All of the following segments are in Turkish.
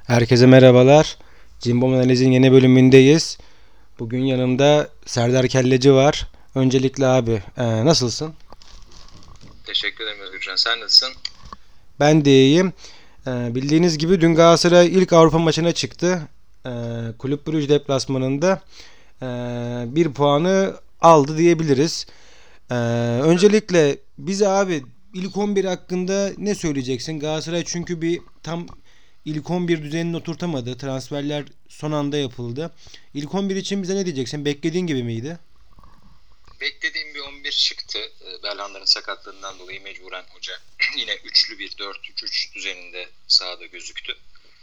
Herkese merhabalar. Cimbom Analiz'in yeni bölümündeyiz. Bugün yanımda Serdar Kelleci var. Öncelikle abi nasılsın? Teşekkür ederim Özgürcan. Sen nasılsın? Ben de iyiyim. Bildiğiniz gibi dün Galatasaray ilk Avrupa maçına çıktı. Kulüp Brugge deplasmanında e, bir puanı aldı diyebiliriz. Ee, Öncelikle bize abi ilk 11 hakkında ne söyleyeceksin? Galatasaray çünkü bir tam ilk 11 düzenini oturtamadı. Transferler son anda yapıldı. İlk 11 için bize ne diyeceksin? Beklediğin gibi miydi? Beklediğim bir 11 çıktı. Belhanda'nın sakatlığından dolayı mecburen hoca yine üçlü bir 4-3-3 düzeninde sahada gözüktü.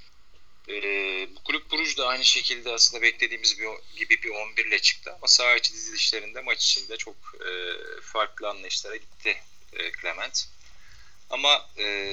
Bu Kulüp Brugge da aynı şekilde aslında beklediğimiz gibi bir 11 ile çıktı. Ama saha içi dizilişlerinde maç içinde çok farklı anlayışlara gitti Clement. Ama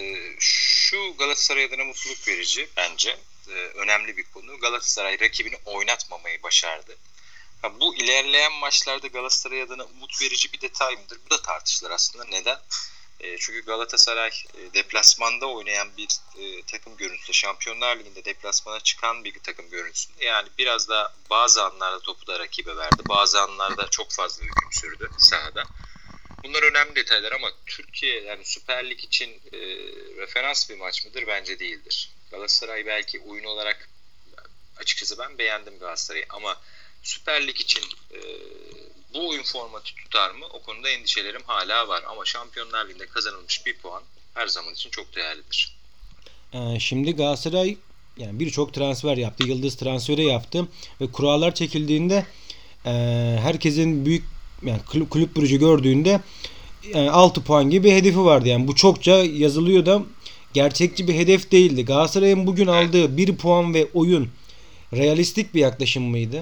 şu Galatasaray adına mutluluk verici bence. Önemli bir konu. Galatasaray rakibini oynatmamayı başardı. Bu ilerleyen maçlarda Galatasaray adına umut verici bir detay mıdır? Bu da tartışılır aslında. Neden? Çünkü Galatasaray deplasmanda oynayan bir takım görüntüsü, Şampiyonlar Ligi'nde deplasmana çıkan bir takım görüntüsünde. Yani biraz da bazı anlarda topu da rakibe verdi. Bazı anlarda çok fazla hüküm sürdü sahada. Bunlar önemli detaylar ama Türkiye yani Süper Lig için referans bir maç mıdır? Bence değildir. Galatasaray belki oyun olarak açıkçası ben beğendim Galatasaray'ı ama Süper Lig için bu oyun formatı tutar mı? O konuda endişelerim hala var. Ama Şampiyonlar Ligi'nde kazanılmış bir puan her zaman için çok değerlidir. Şimdi Galatasaray yani birçok transfer yaptı. Yıldız transferi yaptı ve kurallar çekildiğinde e, herkesin büyük yani kulüp Brugge'ü gördüğünde 6 puan gibi bir hedefi vardı. Yani bu çokça yazılıyor da gerçekçi bir hedef değildi. Galatasaray'ın bugün Evet. aldığı bir puan ve oyun realistik bir yaklaşım mıydı?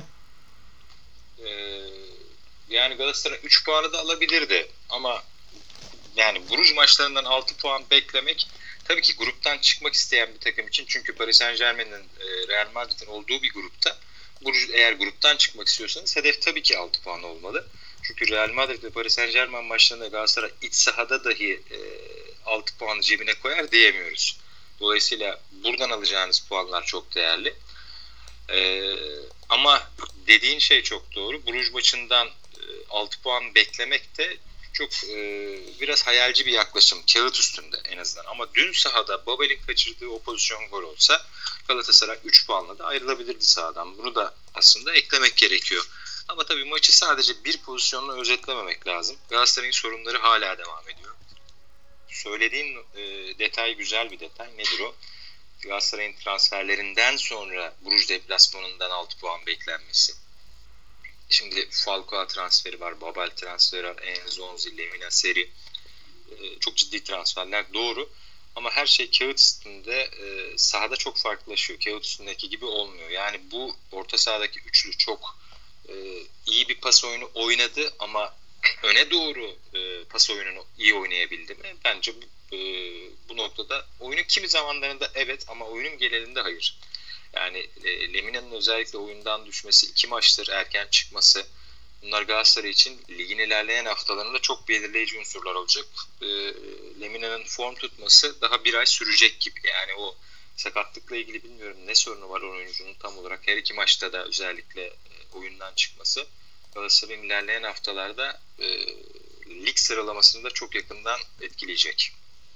Ee, Yani Galatasaray 3 puanı da alabilirdi. Ama yani Bruges maçlarından 6 puan beklemek tabii ki gruptan çıkmak isteyen bir takım için. Çünkü Paris Saint-Germain'in Real Madrid'in olduğu bir grupta Bruges, eğer gruptan çıkmak istiyorsanız hedef tabii ki 6 puan olmalı. Çünkü Real Madrid ve Paris Saint-Germain maçlarında Galatasaray iç sahada dahi 6 puanı cebine koyar diyemiyoruz. Dolayısıyla buradan alacağınız puanlar çok değerli. E, Ama dediğin şey çok doğru. Bruges maçından 6 puan beklemek de çok biraz hayalci bir yaklaşım. Kağıt üstünde en azından. Ama dün sahada Babel'in kaçırdığı o pozisyon gol olsa Galatasaray 3 puanla da ayrılabilirdi sahadan. Bunu da aslında eklemek gerekiyor. Ama tabii maçı sadece bir pozisyonla özetlememek lazım. Galatasaray'ın sorunları hala devam ediyor. Söylediğin detay güzel bir detay. Nedir o? Galatasaray'ın transferlerinden sonra Bruges deplasmanından 6 puan beklenmesi. Şimdi Falcao transferi var, Babel transferi var, Enzonzi, Lemina Seri. Çok ciddi transferler doğru. Ama her şey kağıt üstünde sahada çok farklılaşıyor. Kağıt üstündeki gibi olmuyor. Yani bu orta sahadaki üçlü çok e, iyi bir pas oyunu oynadı ama öne doğru pas oyununu iyi oynayabildi mi? Bence bu noktada oyunun kimi zamanlarında evet ama oyunun genelinde hayır. Yani Lemina'nın özellikle oyundan düşmesi, 2 maçtır erken çıkması, bunlar Galatasaray için ligin ilerleyen haftalarında çok belirleyici unsurlar olacak. Lemina'nın form tutması daha bir ay sürecek gibi. Yani o sakatlıkla ilgili bilmiyorum ne sorunu var o oyuncunun tam olarak. Her 2 maçta da özellikle oyundan çıkması Galatasaray'ın ilerleyen haftalarda lig sıralamasını da çok yakından etkileyecek.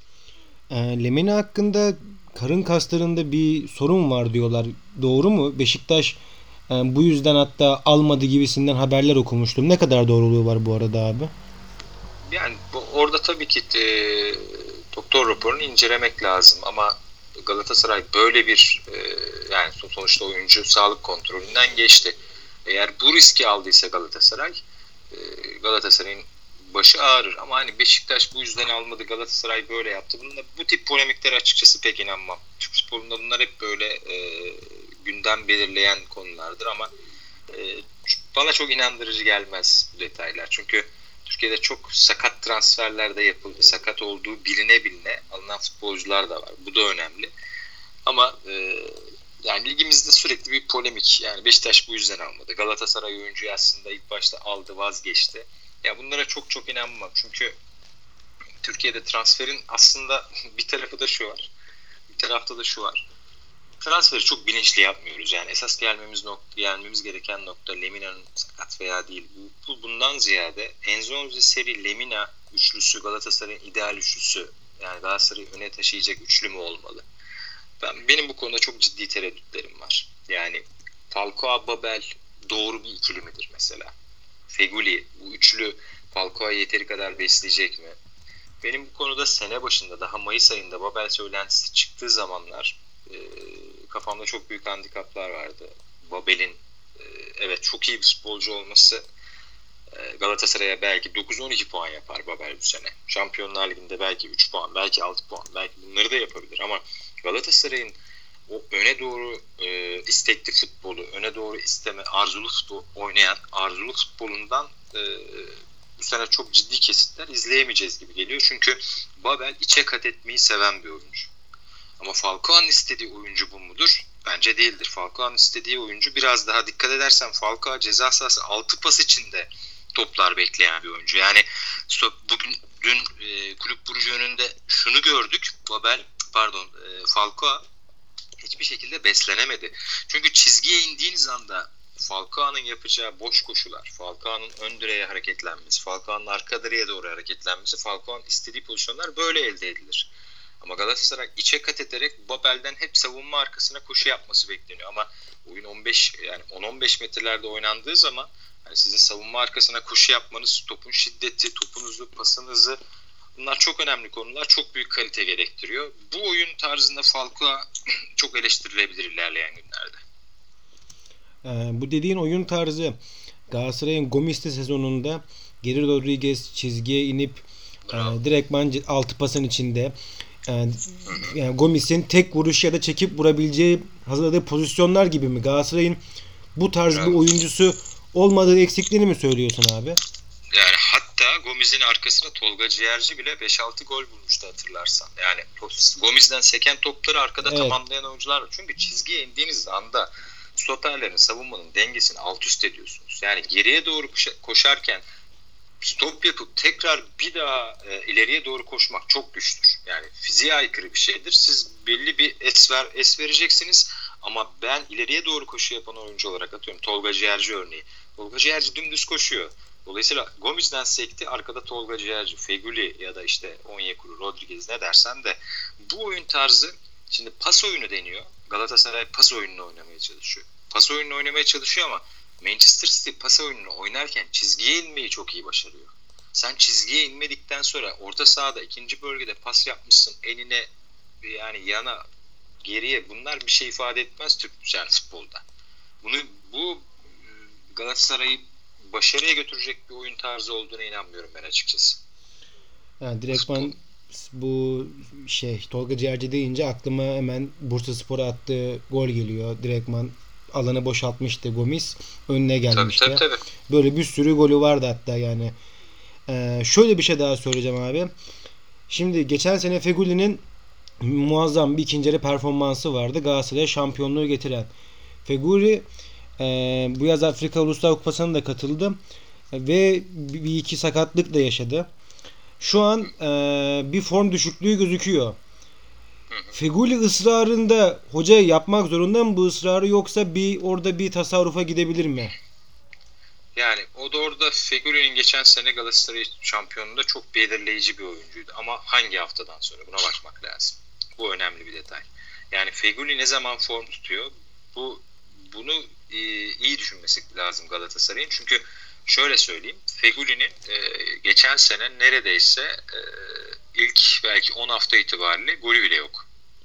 Lemina hakkında karın kaslarında bir sorun var diyorlar. Doğru mu? Beşiktaş bu yüzden hatta almadı gibisinden haberler okumuştum. Ne kadar doğruluğu var bu arada abi? Yani orada tabii ki doktor raporunu incelemek lazım ama Galatasaray böyle bir yani sonuçta oyuncu sağlık kontrolünden geçti. Eğer bu riski aldıysa Galatasaray e, Galatasaray'ın başı ağrır ama hani Beşiktaş bu yüzden almadı Galatasaray böyle yaptı. Bu tip polemiklere açıkçası pek inanmam. Türk sporunda bunlar hep böyle gündem belirleyen konulardır ama e, bana çok inandırıcı gelmez bu detaylar. Çünkü Türkiye'de çok sakat transferler de yapıldı. Sakat olduğu biline biline alınan futbolcular da var. Bu da önemli. Ama yani ligimizde sürekli bir polemik. Yani Beşiktaş bu yüzden almadı. Galatasaray oyuncuyu aslında ilk başta aldı, vazgeçti. Ya bunlara çok çok inanmam. Çünkü Türkiye'de transferin aslında bir tarafı da şu var. Bir tarafta da şu var. transferi çok bilinçli yapmıyoruz. Yani esas gelmemiz gereken nokta Lemina'nın sakat veya değil. Bundan ziyade Enzonzi, Seri, Lemina üçlüsü Galatasaray'ın ideal üçlüsü. Yani Galatasaray'ı öne taşıyacak üçlü mü olmalı? Benim bu konuda çok ciddi tereddütlerim var. Yani Falcao, Babel doğru bir ikili midir mesela? Feguli, bu üçlü Falcao'yu yeteri kadar besleyecek mi? Benim bu konuda sene başında, daha Mayıs ayında Babel söylentisi çıktığı zamanlar kafamda çok büyük handikaplar vardı. Babel'in evet çok iyi bir futbolcu olması Galatasaray'a belki 9-12 puan yapar Babel bu sene. Şampiyonlar Ligi'nde belki 3 puan, belki 6 puan, belki bunları da yapabilir ama Galatasaray'ın o öne doğru istekli futbolu, öne doğru isteme, arzulu futbol oynayan, arzulu futbolundan bu sene çok ciddi kesitler izleyemeyeceğiz gibi geliyor. Çünkü Babel içe kat etmeyi seven bir oyuncu. Ama Falcao'nun istediği oyuncu bu mudur? Bence değildir. Falcao'nun istediği oyuncu biraz daha, dikkat edersen Falcao ceza sahası 6 pas içinde toplar bekleyen bir oyuncu. Yani dün Kulüp Brugge önünde şunu gördük. Falcao hiçbir şekilde beslenemedi. Çünkü çizgiye indiğiniz anda Falcao'nun yapacağı boş koşular, Falcao'nun ön direğe hareketlenmesi, Falcao'nun arka direğe doğru hareketlenmesi, Falcao'nun istediği pozisyonlar böyle elde edilir. Ama Galatasaray içe kat ederek Babel'den hep savunma arkasına koşu yapması bekleniyor. Ama oyun 10-15 metrelerde oynandığı zaman yani sizin savunma arkasına koşu yapmanız, topun şiddeti, topun hızı, pasın hızı, bunlar çok önemli konular. Çok büyük kalite gerektiriyor. Bu oyun tarzında Falcao çok eleştirilebilir ilerleyen günlerde. Bu dediğin oyun tarzı Galatasaray'ın Gomis'te sezonunda Geri Rodriguez çizgiye inip direktman 6 pasın içinde yani Gomis'in tek vuruş ya da çekip vurabileceği hazırladığı pozisyonlar gibi mi? Galatasaray'ın bu tarz bir oyuncusu olmadığı eksikliğini mi söylüyorsun abi? Yani hatta Gomis'in arkasına Tolga Ciğerci bile 5-6 gol bulmuştu hatırlarsan. Yani Gomis'den seken topları arkada tamamlayan oyuncular var. Çünkü çizgiye indiğiniz anda stoperlerin, savunmanın dengesini alt üst ediyorsunuz. Yani geriye doğru koşarken stop yapıp tekrar bir daha ileriye doğru koşmak çok güçtür. Yani fiziğe aykırı bir şeydir. Siz belli bir es vereceksiniz ama ben ileriye doğru koşu yapan oyuncu olarak atıyorum Tolga Ciğerci örneği. Tolga Ciğerci dümdüz koşuyor. Dolayısıyla Gomis'den sekti, arkada Tolga Ciğerci, Feguli ya da işte Onyekuru, Rodriguez ne dersen de bu oyun tarzı, şimdi pas oyunu deniyor. Galatasaray pas oyununu oynamaya çalışıyor. Pas oyununu oynamaya çalışıyor ama Manchester City pas oyununu oynarken çizgiye inmeyi çok iyi başarıyor. Sen çizgiye inmedikten sonra orta sahada ikinci bölgede pas yapmışsın, eline yani yana, geriye, bunlar bir şey ifade etmez yani futbolda. Bu Galatasaray'ı başarıya götürecek bir oyun tarzı olduğuna inanmıyorum ben açıkçası. Yani direktman bu Tolga Ciğerci deyince aklıma hemen Bursaspor'a attığı gol geliyor. Direktman alanı boşaltmıştı Gomis. Önüne gelmişti. Tabii. Böyle bir sürü golü vardı hatta yani. Şöyle bir şey daha söyleyeceğim abi. Şimdi geçen sene Feguli'nin muazzam bir ikinci yarı performansı vardı. Galatasaray'a şampiyonluğu getiren. Feguli bu yaz Afrika Uluslar Kupası'na da katıldı. Ve bir iki sakatlık da yaşadı. Şu an bir form düşüklüğü gözüküyor. Feguli ısrarında hoca yapmak zorunda mı bu ısrarı, yoksa orada bir tasarrufa gidebilir mi? Yani o da orada Feguli'nin geçen sene Galatasaray şampiyonluğunda çok belirleyici bir oyuncuydu. Ama hangi haftadan sonra, buna bakmak lazım. Bu önemli bir detay. Yani Feguli ne zaman form tutuyor? Bunu iyi düşünmesi lazım Galatasaray'ın. Çünkü şöyle söyleyeyim. Feguli'nin geçen sene neredeyse ilk belki 10 hafta itibariyle golü bile yok.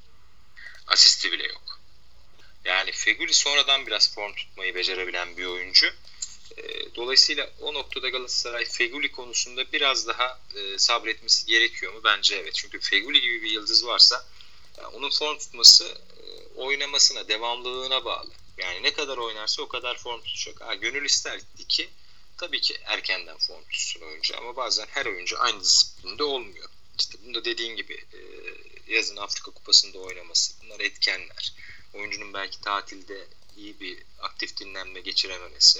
Asisti bile yok. Yani Feguli sonradan biraz form tutmayı becerebilen bir oyuncu. Dolayısıyla o noktada Galatasaray Feguli konusunda biraz daha sabretmesi gerekiyor mu? Bence evet. Çünkü Feguli gibi bir yıldız varsa onun form tutması oynamasına, devamlılığına bağlı. Yani ne kadar oynarsa o kadar form tutacak. Gönül isterdi ki tabii ki erkenden form tutsun oyuncu, ama bazen her oyuncu aynı disiplinde olmuyor. İşte bunu da dediğin gibi yazın Afrika Kupası'nda oynaması, bunlar etkenler. Oyuncunun belki tatilde iyi bir aktif dinlenme geçirememesi.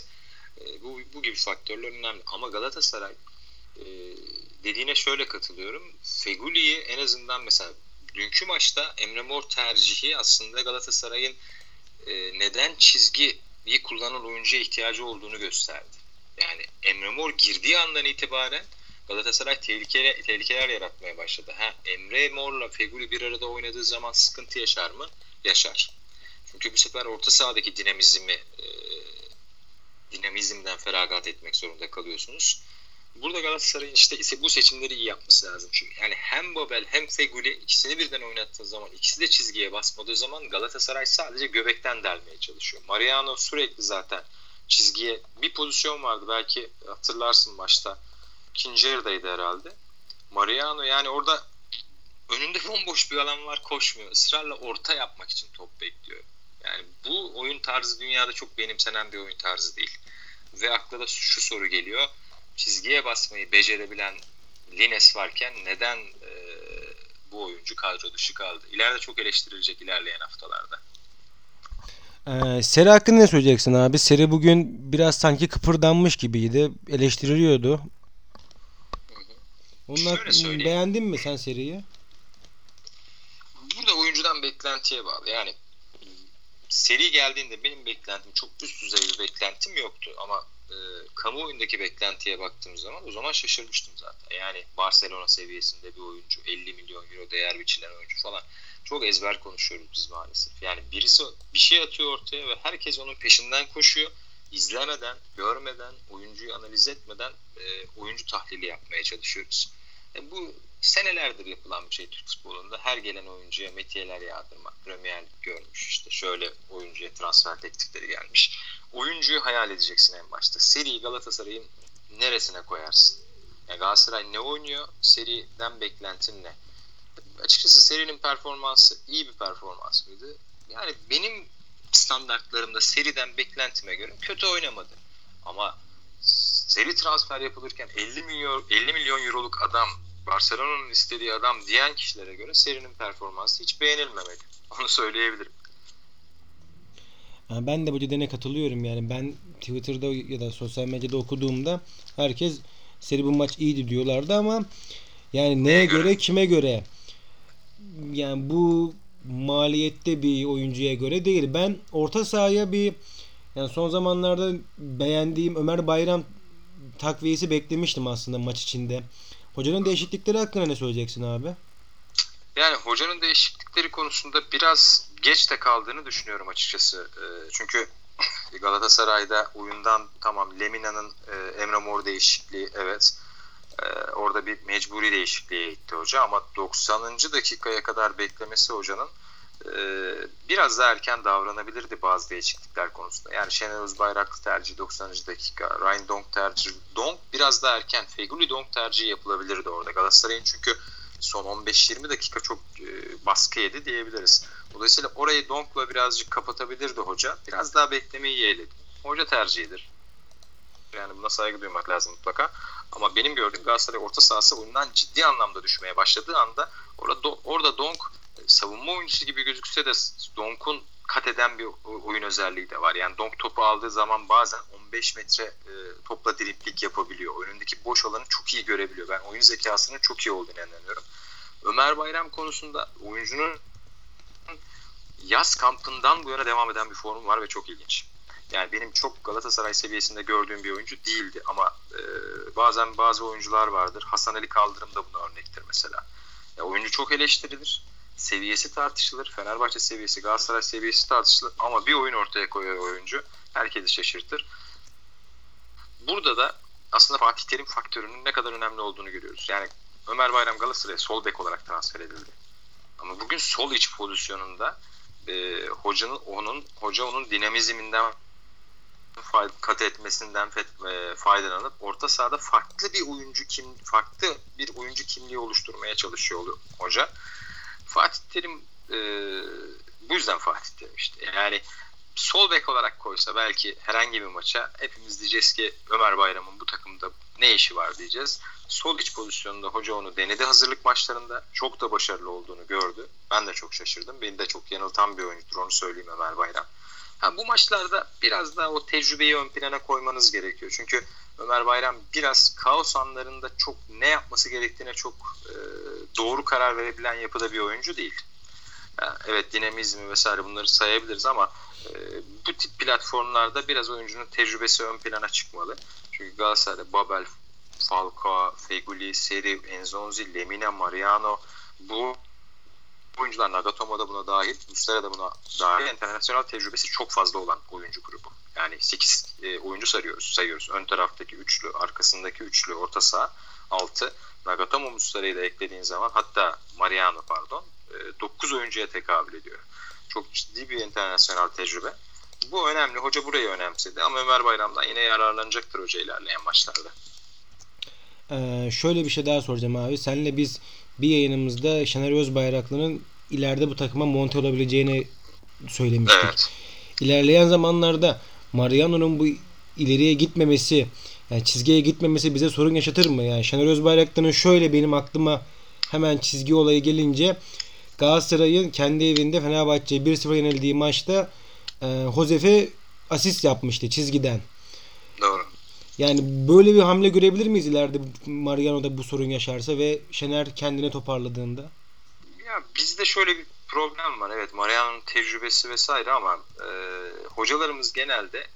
Bu gibi faktörler önemli. Ama Galatasaray dediğine şöyle katılıyorum. Feguli'yi en azından mesela dünkü maçta Emre Mor tercihi aslında Galatasaray'ın neden çizgiyi kullanan oyuncuya ihtiyacı olduğunu gösterdi. Yani Emre Mor girdiği andan itibaren Galatasaray tehlikeler yaratmaya başladı. Emre Mor'la Feguli bir arada oynadığı zaman sıkıntı yaşar mı? Yaşar. Çünkü bu sefer orta sahadaki dinamizmden feragat etmek zorunda kalıyorsunuz. Burada Galatasaray'ın ise bu seçimleri iyi yapması lazım. Çünkü yani hem Babel hem Feguli ikisini birden oynattığı zaman, ikisi de çizgiye basmadığı zaman Galatasaray sadece göbekten delmeye çalışıyor. Mariano sürekli zaten çizgiye, bir pozisyon vardı belki hatırlarsın maçta. İkinci yarıdaydı herhalde. Mariano yani orada önünde bomboş bir alan var, koşmuyor. Israrla orta yapmak için top bekliyor. Yani bu oyun tarzı dünyada çok benimsenen bir oyun tarzı değil. Ve akla da şu soru geliyor. Çizgiye basmayı becerebilen Lines varken neden bu oyuncu kadro dışı kaldı? İleride çok eleştirilecek ilerleyen haftalarda. Seri hakkında ne söyleyeceksin abi? Seri bugün biraz sanki kıpırdanmış gibiydi. Eleştiriliyordu. Şöyle söyleyeyim. Beğendin mi sen seriyi? Burada oyuncudan beklentiye bağlı. Yani seri geldiğinde benim beklentim çok üst düzey bir beklentim yoktu. Ama kamuoyundaki beklentiye baktığım zaman o zaman şaşırmıştım zaten. Yani Barcelona seviyesinde bir oyuncu, 50 milyon euro değer biçilen oyuncu falan. Çok ezber konuşuyoruz biz maalesef. Yani birisi bir şey atıyor ortaya ve herkes onun peşinden koşuyor. İzlemeden, görmeden, oyuncuyu analiz etmeden oyuncu tahlili yapmaya çalışıyoruz. Bu senelerdir yapılan bir şey Türk futbolunda. Her gelen oyuncuya metiyeler yağdırmak. Premier Lig görmüş, işte şöyle oyuncuya transfer teklifleri gelmiş. Oyuncuyu hayal edeceksin en başta. Seriyi Galatasaray'ın neresine koyarsın? Yani Galatasaray ne oynuyor? Seriden beklentin ne? Açıkçası serinin performansı iyi bir performans mıydı? Yani benim standartlarımda seriden beklentime göre kötü oynamadı. Ama seri transfer yapılırken 50 milyon euroluk adam, Barcelona'nın istediği adam diyen kişilere göre serinin performansı hiç beğenilmemeli. Onu söyleyebilirim. Ben de bu dediğine katılıyorum yani. Ben Twitter'da ya da sosyal medyada okuduğumda herkes seri bu maç iyiydi diyorlardı ama yani neye göre, kime göre? Yani bu maliyette bir oyuncuya göre değil. Ben orta sahaya yani son zamanlarda beğendiğim Ömer Bayram takviyesi beklemiştim aslında maç içinde. Hocanın değişiklikleri hakkında ne söyleyeceksin abi? Yani hocanın değişiklikleri konusunda biraz geç de kaldığını düşünüyorum açıkçası. Çünkü Galatasaray'da oyundan tamam Lemina'nın Emre Mor değişikliği evet. Orada bir mecburi değişikliğe gitti hoca ama 90. dakikaya kadar beklemesi hocanın biraz daha erken davranabilirdi bazı değişiklikler konusunda. Yani Şener Özbayraklı tercihi 90. dakika, Ryan Donk tercihi. Donk biraz daha erken, Feguli Donk tercihi yapılabilirdi orada. Galatasaray'ın çünkü son 15-20 dakika çok baskı yedi diyebiliriz. Dolayısıyla orayı Donk'la birazcık kapatabilirdi hoca. Biraz daha beklemeyi yeğledi. Hoca tercihidir. Yani buna saygı duymak lazım mutlaka. Ama benim gördüğüm Galatasaray orta sahası oyundan ciddi anlamda düşmeye başladığı anda orada Donk savunma oyuncusu gibi gözükse de Donk'un kat eden bir oyun özelliği de var. Yani Donk topu aldığı zaman bazen 15 metre topla driplik yapabiliyor. Önündeki boş alanı çok iyi görebiliyor. Ben oyun zekasının çok iyi olduğunu inanıyorum. Ömer Bayram konusunda oyuncunun yaz kampından bu yana devam eden bir formu var ve çok ilginç. Yani benim çok Galatasaray seviyesinde gördüğüm bir oyuncu değildi ama bazen bazı oyuncular vardır. Hasan Ali Kaldırım da buna örnektir mesela. Oyuncu çok eleştirilir. Seviyesi tartışılır. Fenerbahçe seviyesi, Galatasaray seviyesi tartışılır. Ama bir oyun ortaya koyuyor oyuncu. Herkesi şaşırtır. Burada da aslında Fatih Terim faktörünün ne kadar önemli olduğunu görüyoruz. Yani Ömer Bayram Galatasaray'a sol bek olarak transfer edildi. Ama bugün sol iç pozisyonunda hoca onun dinamizminden kat etmesinden faydalanıp orta sahada farklı bir oyuncu kimliği oluşturmaya çalışıyor hoca. Fatih Terim bu yüzden Fatih Terim işte. Yani sol bek olarak koysa belki herhangi bir maça hepimiz diyeceğiz ki Ömer Bayram'ın bu takımda ne işi var diyeceğiz. Sol iç pozisyonunda hoca onu denedi hazırlık maçlarında. Çok da başarılı olduğunu gördü. Ben de çok şaşırdım. Beni de çok yanıltan bir oyuncudur, onu söyleyeyim Ömer Bayram. Bu maçlarda biraz daha o tecrübeyi ön plana koymanız gerekiyor. Çünkü Ömer Bayram biraz kaos anlarında çok ne yapması gerektiğine çok doğru karar verebilen yapıda bir oyuncu değil. Yani evet, dinamizmi vesaire bunları sayabiliriz ama bu tip platformlarda biraz oyuncunun tecrübesi ön plana çıkmalı. Çünkü Galatasaray'da Babel, Falcao, Feguli, Seri, Enzonzi, Lemina, Mariano, bu oyuncular, Nagatomo da buna dahil, Muslera da buna dahil, internasyonel tecrübesi çok fazla olan oyuncu grubu. Yani 8 oyuncu sayıyoruz. Ön taraftaki üçlü, arkasındaki üçlü, orta saha 6. Nagatomo, Muslera'yı da eklediğin zaman, hatta Mariano 9 oyuncuya tekabül ediyor. Çok ciddi bir internasyonel tecrübe. Bu önemli. Hoca burayı önemsedi ama Ömer Bayram'dan yine yararlanacaktır hoca ilerleyen maçlarda. Şöyle bir şey daha soracağım abi. Senle biz bir yayınımızda Şener Özbayraklı'nın ileride bu takıma monte olabileceğini söylemiştik. Evet. İlerleyen zamanlarda Mariano'nun bu ileriye gitmemesi, yani çizgiye gitmemesi bize sorun yaşatır mı? Yani Şener Özbayraklı'nın şöyle benim aklıma hemen çizgi olayı gelince, Galatasaray'ın kendi evinde Fenerbahçe'ye 1-0 yenildiği maçta Josef'e asist yapmıştı çizgiden. Doğru. Yani böyle bir hamle görebilir miyiz ileride Mariano'da bu sorun yaşarsa ve Şener kendine toparladığında? Ya bizde şöyle bir problem var. Evet, Mariano'nun tecrübesi vesaire ama hocalarımız genelde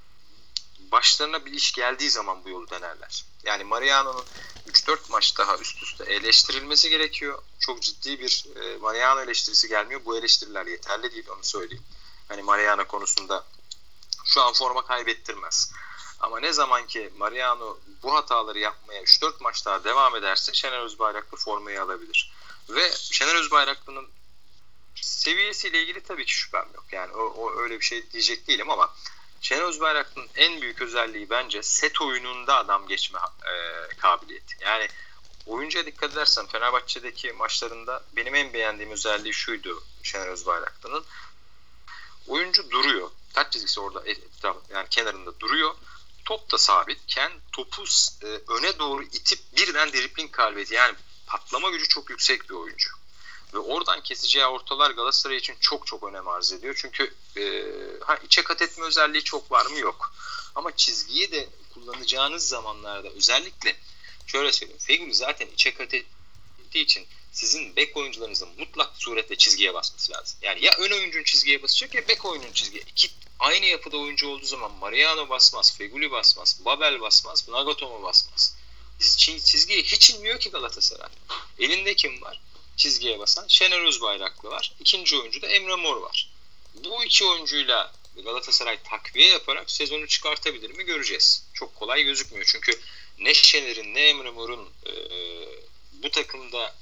başlarına bir iş geldiği zaman bu yolu denerler. Yani Mariano'nun 3-4 maç daha üst üste eleştirilmesi gerekiyor. Çok ciddi bir Mariano eleştirisi gelmiyor. Bu eleştiriler yeterli değil, onu söyleyeyim. Hani Mariano konusunda şu an forma kaybettirmez. Ama ne zaman ki Mariano bu hataları yapmaya 3-4 maç daha devam ederse Şener Özbayraklı formayı alabilir. Ve Şener Özbayraklı'nın seviyesiyle ilgili tabii ki şüphem yok. Yani o öyle bir şey diyecek değilim ama Şener Özbayraklı'nın en büyük özelliği bence set oyununda adam geçme kabiliyeti. Yani oyuncuya dikkat edersen Fenerbahçe'deki maçlarında benim en beğendiğim özelliği şuydu Şener Özbayraklı'nın. Oyuncu duruyor. Taç çizgisi orada yani kenarında duruyor. Top da sabitken topu öne doğru itip birden dribling kabiliyeti, yani patlama gücü çok yüksek bir oyuncu. Ve oradan keseceği ortalar Galatasaray için çok çok önem arz ediyor. Çünkü içe kat etme özelliği çok var mı? Yok. Ama çizgiyi de kullanacağınız zamanlarda özellikle şöyle söyleyeyim. Feguli zaten içe kat ettiği için sizin bek oyuncularınızın mutlak suretle çizgiye basması lazım. Yani ya ön oyuncunun çizgiye basacak ya bek oyuncunun çizgiye. İki aynı yapıda oyuncu olduğu zaman Mariano basmaz, Feguli basmaz, Babel basmaz, Nagatomo basmaz. Çizgiye hiç inmiyor ki Galatasaray. Elinde kim var? Çizgiye basan Şener Özbayraklı var. İkinci oyuncu da Emre Mor var. Bu iki oyuncuyla Galatasaray takviye yaparak sezonu çıkartabilir mi göreceğiz. Çok kolay gözükmüyor. Çünkü ne Şener'in ne Emre Mor'un bu takımda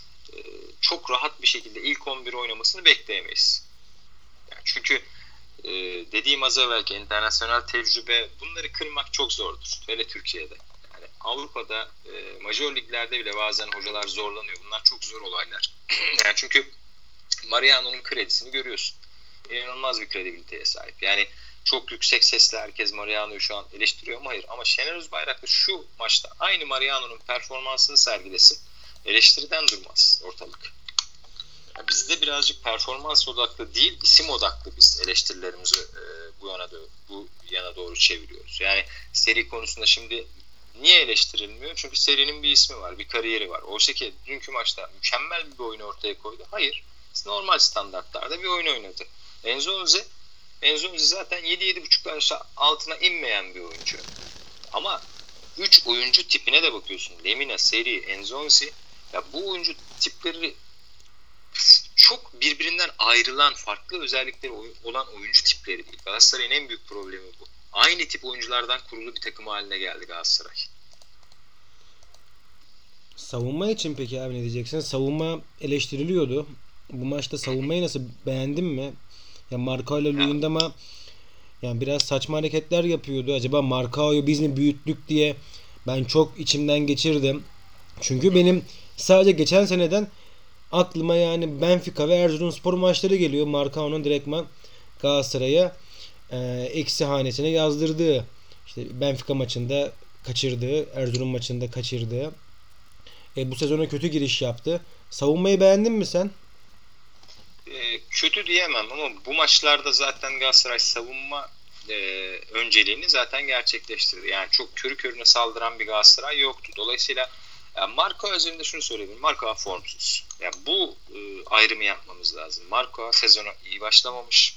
çok rahat bir şekilde ilk 11 oynamasını bekleyemeyiz. Yani çünkü dediğim az evvelki internasyonel tecrübe, bunları kırmak çok zordur. Hele Türkiye'de. Yani Avrupa'da major liglerde bile bazen hocalar zorlanıyor. Bunlar çok zor olaylar. Yani çünkü Mariano'nun kredisini görüyorsun. İnanılmaz bir kredibiliteye sahip. Yani çok yüksek sesle herkes Mariano'yu şu an eleştiriyor mu? Hayır. Ama Şener Özbayraklı şu maçta aynı Mariano'nun performansını sergilesin. Eleştiriden durmaz ortalık. Yani bizde birazcık performans odaklı değil, isim odaklı biz eleştirilerimizi bu yana doğru çeviriyoruz. Yani seri konusunda şimdi niye eleştirilmiyor? Çünkü serinin bir ismi var, bir kariyeri var. Oysa ki dünkü maçta mükemmel bir oyun ortaya koydu. Hayır, normal standartlarda bir oyun oynadı. Enzonzi zaten 7-7.5 yaş altına inmeyen bir oyuncu. Ama 3 oyuncu tipine de bakıyorsun. Lemina, Seri, Enzonzi. Ya bu oyuncu tipleri çok birbirinden ayrılan, farklı özellikleri olan oyuncu tipleri değil. Galatasaray'ın en büyük problemi bu. Aynı tip oyunculardan kurulu bir takım haline geldi Galatasaray. Savunma için peki abi ne diyeceksin? Savunma eleştiriliyordu. Bu maçta savunmayı nasıl, beğendin mi? Ya Marcao ile Luyendama yani biraz saçma hareketler yapıyordu. Acaba Marcao'yu biz mi büyüttük diye ben çok içimden geçirdim. Çünkü benim sadece geçen seneden aklıma yani Benfica ve Erzurumspor maçları geliyor. Marcao'nun direktman Galatasaray'a eksi hanesine yazdırdığı, işte Benfica maçında kaçırdığı, Erzurum maçında kaçırdığı. Bu sezona kötü giriş yaptı. Savunmayı beğendin mi sen? Kötü diyemem ama bu maçlarda zaten Galatasaray savunma önceliğini zaten gerçekleştirdi. Yani çok körü körüne saldıran bir Galatasaray yoktu. Dolayısıyla Yani Marco özelinde şunu söyleyebilirim. Marco formsuz. Yani bu ayrımı yapmamız lazım. Marco sezona iyi başlamamış.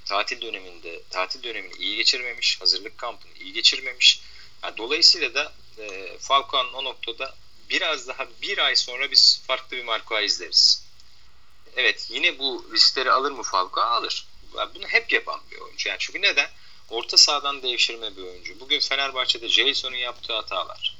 Tatil dönemini iyi geçirmemiş. Hazırlık kampını iyi geçirmemiş. Yani dolayısıyla da Falcao'nun o noktada biraz daha bir ay sonra biz farklı bir Marco izleriz. Evet, yine bu riskleri alır mı Falcao? Alır. Bunu hep yapan bir oyuncu. Yani çünkü neden? Orta sahadan devşirme bir oyuncu. Bugün Fenerbahçe'de Jason'un yaptığı hatalar.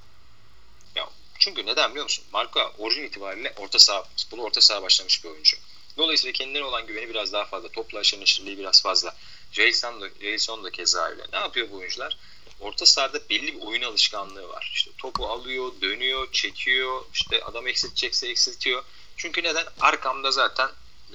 Ya çünkü neden biliyor musun? Marco orijin itibariyle orta saha başlamış bir oyuncu. Dolayısıyla kendine olan güveni biraz daha fazla. Topla aşırı neşirliği biraz fazla. Jason da keza öyle. Ne yapıyor bu oyuncular? Orta sahada belli bir oyun alışkanlığı var. İşte topu alıyor, dönüyor, çekiyor. İşte adam eksiltecekse eksiltiyor. Çünkü neden? Arkamda zaten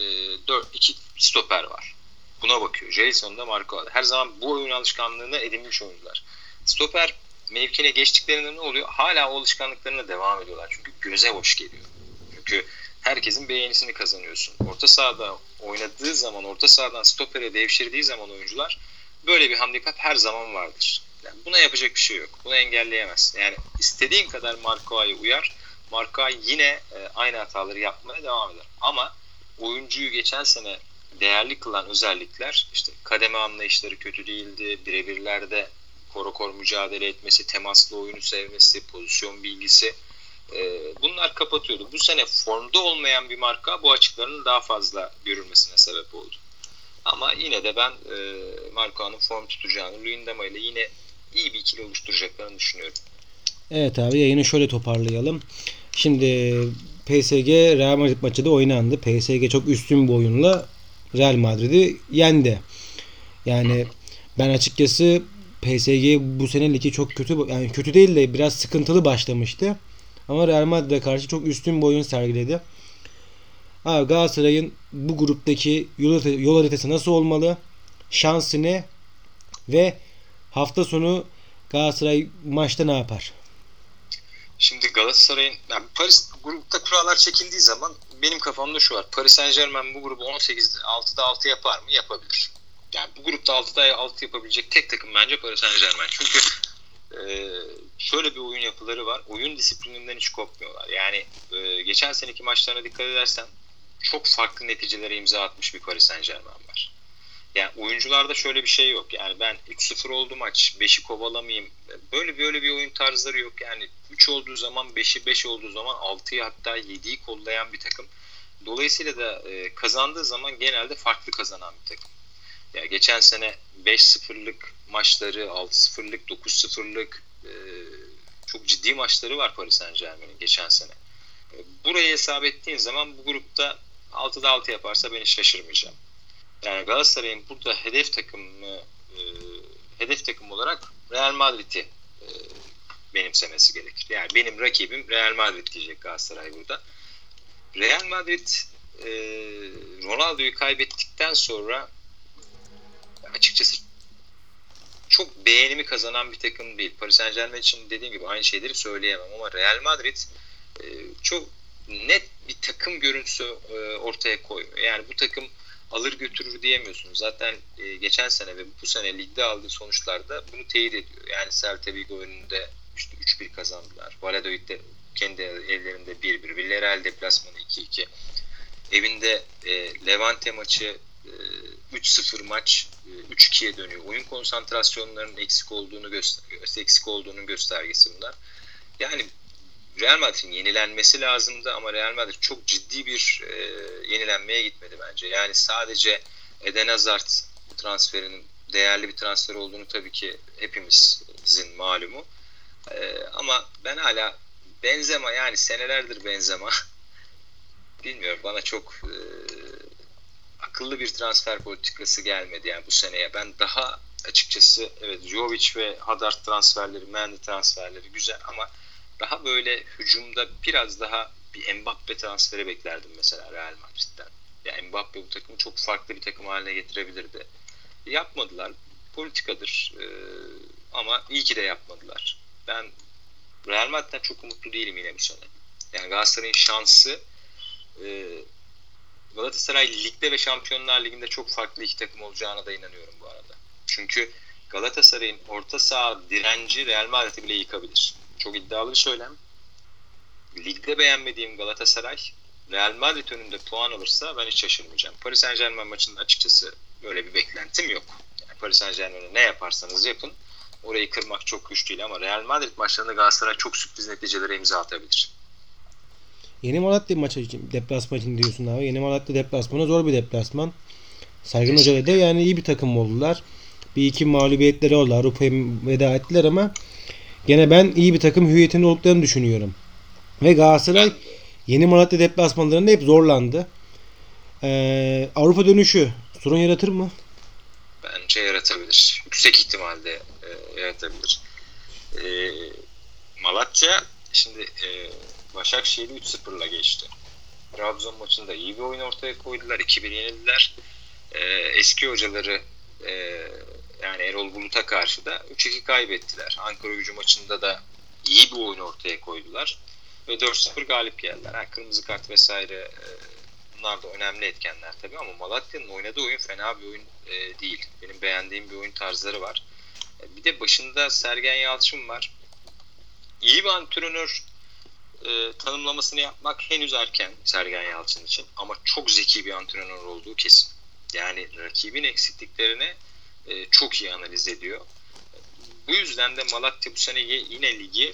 2 stoper var. Buna bakıyor. Jason'da Marco. Her zaman bu oyun alışkanlığını edinmiş oyuncular. Stoper mevkine geçtiklerinde ne oluyor? Hala o alışkanlıklarına devam ediyorlar. Çünkü göze hoş geliyor. Çünkü herkesin beğenisini kazanıyorsun. Orta sahada oynadığı zaman, orta sahadan stopere devşirdiği zaman oyuncular böyle bir handikap her zaman vardır. Yani buna yapacak bir şey yok. Bunu engelleyemezsin. Yani istediğin kadar Marco'ya uyar. Marco yine aynı hataları yapmaya devam eder. Ama oyuncuyu geçen sene değerli kılan özellikler işte kademe anlayışları kötü değildi. Birebirlerde korokor mücadele etmesi, temaslı oyunu sevmesi, pozisyon bilgisi bunlar kapatıyordu. Bu sene formda olmayan bir marka bu açıkların daha fazla görülmesine sebep oldu. Ama yine de ben Marco'nun form tutacağını, Luyendama ile yine iyi bir ikili oluşturacaklarını düşünüyorum. Evet abi, yayını şöyle toparlayalım. Şimdi PSG Real Madrid maçı da oynandı. PSG çok üstün bir oyunla Real Madrid'i yendi. Yani ben açıkçası PSG bu sene ligi çok kötü, yani kötü değil de biraz sıkıntılı başlamıştı. Ama Real Madrid'e karşı çok üstün bir oyun sergiledi. Abi Galatasaray'ın bu gruptaki yol haritası nasıl olmalı? Şansı ne? Ve hafta sonu Galatasaray maçta ne yapar? Şimdi Galatasaray'ın yani Paris grupta kurallar çekildiği zaman benim kafamda şu var. Paris Saint-Germain bu grubu 18'de 6'da 6 yapar mı? Yapabilir. Yani bu grupta 6'da 6 yapabilecek tek takım bence Paris Saint-Germain. Çünkü şöyle bir oyun yapıları var. Oyun disiplininden hiç kopmuyorlar. Yani geçen seneki maçlarına dikkat edersen çok farklı neticelere imza atmış bir Paris Saint-Germain var. Yani oyuncularda şöyle bir şey yok. Yani ben 3-0 oldu maç, 5'i kovalamayayım. Böyle bir oyun tarzları yok. Yani 3 olduğu zaman 5'i, 5 olduğu zaman 6'yı hatta 7'yi kollayan bir takım. Dolayısıyla da kazandığı zaman genelde farklı kazanan bir takım. Ya geçen sene 5-0'lık maçları, 6-0'lık, 9-0'lık çok ciddi maçları var Paris Saint-Germain'in geçen sene. Burayı hesap ettiğin zaman bu grupta 6'da 6 yaparsa ben hiç şaşırmayacağım. Yani Galatasaray'ın burada hedef takım olarak Real Madrid'i benimsemesi gerekir. Yani benim rakibim Real Madrid diyecek Galatasaray burada. Real Madrid Ronaldo'yu kaybettikten sonra açıkçası çok beğenimi kazanan bir takım değil. Paris Saint-Germain için dediğim gibi aynı şeyleri söyleyemem ama Real Madrid çok net bir takım görüntüsü ortaya koyuyor. Yani bu takım alır götürür diyemiyorsun. Zaten geçen sene ve bu sene ligde aldığı sonuçlarda bunu teyit ediyor. Yani Celta Vigo önünde işte 3-1 kazandılar. Valladolid'de kendi evlerinde 1-1. Villarreal deplasmanı 2-2. Evinde Levante maçı 3-0 maç 3-2'ye dönüyor. Oyun konsantrasyonlarının eksik olduğunun göstergesi bunlar. Yani Real Madrid'in yenilenmesi lazımdı ama Real Madrid çok ciddi bir yenilenmeye gitmedi bence. Yani sadece Eden Hazard transferinin değerli bir transfer olduğunu tabii ki hepimizin malumu. Ama ben hala Benzema, yani senelerdir Benzema bilmiyorum, bana çok akıllı bir transfer politikası gelmedi yani bu seneye. Ben daha açıkçası evet Jovic ve Hazard transferleri, Mendy transferleri güzel ama daha böyle hücumda biraz daha bir Mbappe transferi beklerdim mesela Real Madrid'den. Yani Mbappe bu takımı çok farklı bir takım haline getirebilirdi. Yapmadılar. Politikadır. Ama iyi ki de yapmadılar. Ben Real Madrid'den çok umutlu değilim yine bu sene. Yani Galatasaray'ın şansı Galatasaray ligde ve Şampiyonlar Ligi'nde çok farklı iki takım olacağına da inanıyorum bu arada. Çünkü Galatasaray'ın orta saha direnci Real Madrid'i bile yıkabilir. Çok iddialı bir söylem. Ligde beğenmediğim Galatasaray Real Madrid önünde puan alırsa ben hiç şaşırmayacağım. Paris Saint-Germain maçında açıkçası böyle bir beklentim yok. Yani Paris Saint-Germain'e ne yaparsanız yapın orayı kırmak çok güç değil ama Real Madrid maçlarında Galatasaray çok sürpriz neticelere imza atabilir. Yeni Malatya maçı için deplasman için diyorsun abi. Yeni Malatya deplasmanı zor bir deplasman. Sergen Hoca'yla da yani iyi bir takım oldular. Bir iki mağlubiyetleri oldu. Avrupa'ya veda ettiler ama gene ben iyi bir takım hüviyetinde olduklarını düşünüyorum. Ve Galatasaray Ben Yeni Malatya deplasmanlarında hep zorlandı. Avrupa dönüşü sorun yaratır mı? bence yaratabilir. Yüksek ihtimalle yaratabilir. E, Malatya şimdi Başakşehir'i 3-0'la geçti. Trabzon maçında iyi bir oyun ortaya koydular. 2-1 yenildiler. Eski hocaları e, yani Erol Bulut'a karşı da 3-2 kaybettiler. Ankaragücü maçında da iyi bir oyun ortaya koydular. Ve 4-0 galip geldiler. Yani kırmızı kart vesaire bunlar da önemli etkenler tabii ama Malatya'nın oynadığı oyun fena bir oyun değil. Benim beğendiğim bir oyun tarzları var. Bir de başında Sergen Yalçın var. İyi bir antrenör tanımlamasını yapmak henüz erken Sergen Yalçın için ama çok zeki bir antrenör olduğu kesin. Yani rakibin eksikliklerini çok iyi analiz ediyor. Bu yüzden de Malatya bu sene yine ligi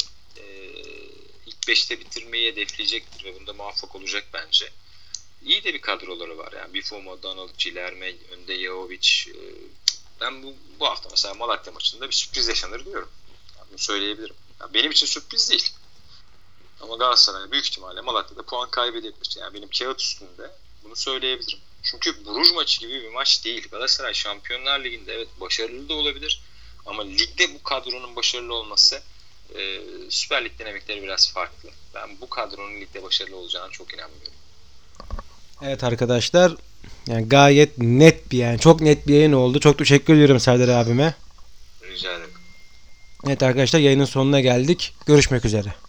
ilk 5'te bitirmeyi hedefleyecektir ve bunda muvaffak olacak bence. İyi de bir kadroları var. Yani Bifomo, Donald, Cilerme, önde Jovic. Ben bu hafta mesela Malatya maçında bir sürpriz yaşanır diyorum. Yani bunu söyleyebilirim. Yani benim için sürpriz değil. Ama Galatasaray büyük ihtimalle Malatya'da puan kaybedebilir. Yani benim kağıt üstünde bunu söyleyebilirim. Çünkü Bruges maçı gibi bir maç değil. Galatasaray Şampiyonlar Ligi'nde evet başarılı da olabilir. Ama ligde bu kadronun başarılı olması Süper Lig dinamikleri biraz farklı. Ben bu kadronun ligde başarılı olacağına çok inanmıyorum. Evet arkadaşlar. Yani gayet net bir yani çok net bir yayın oldu. Çok teşekkür ediyorum Serdar abime. Rica ederim. Evet arkadaşlar yayının sonuna geldik. Görüşmek üzere.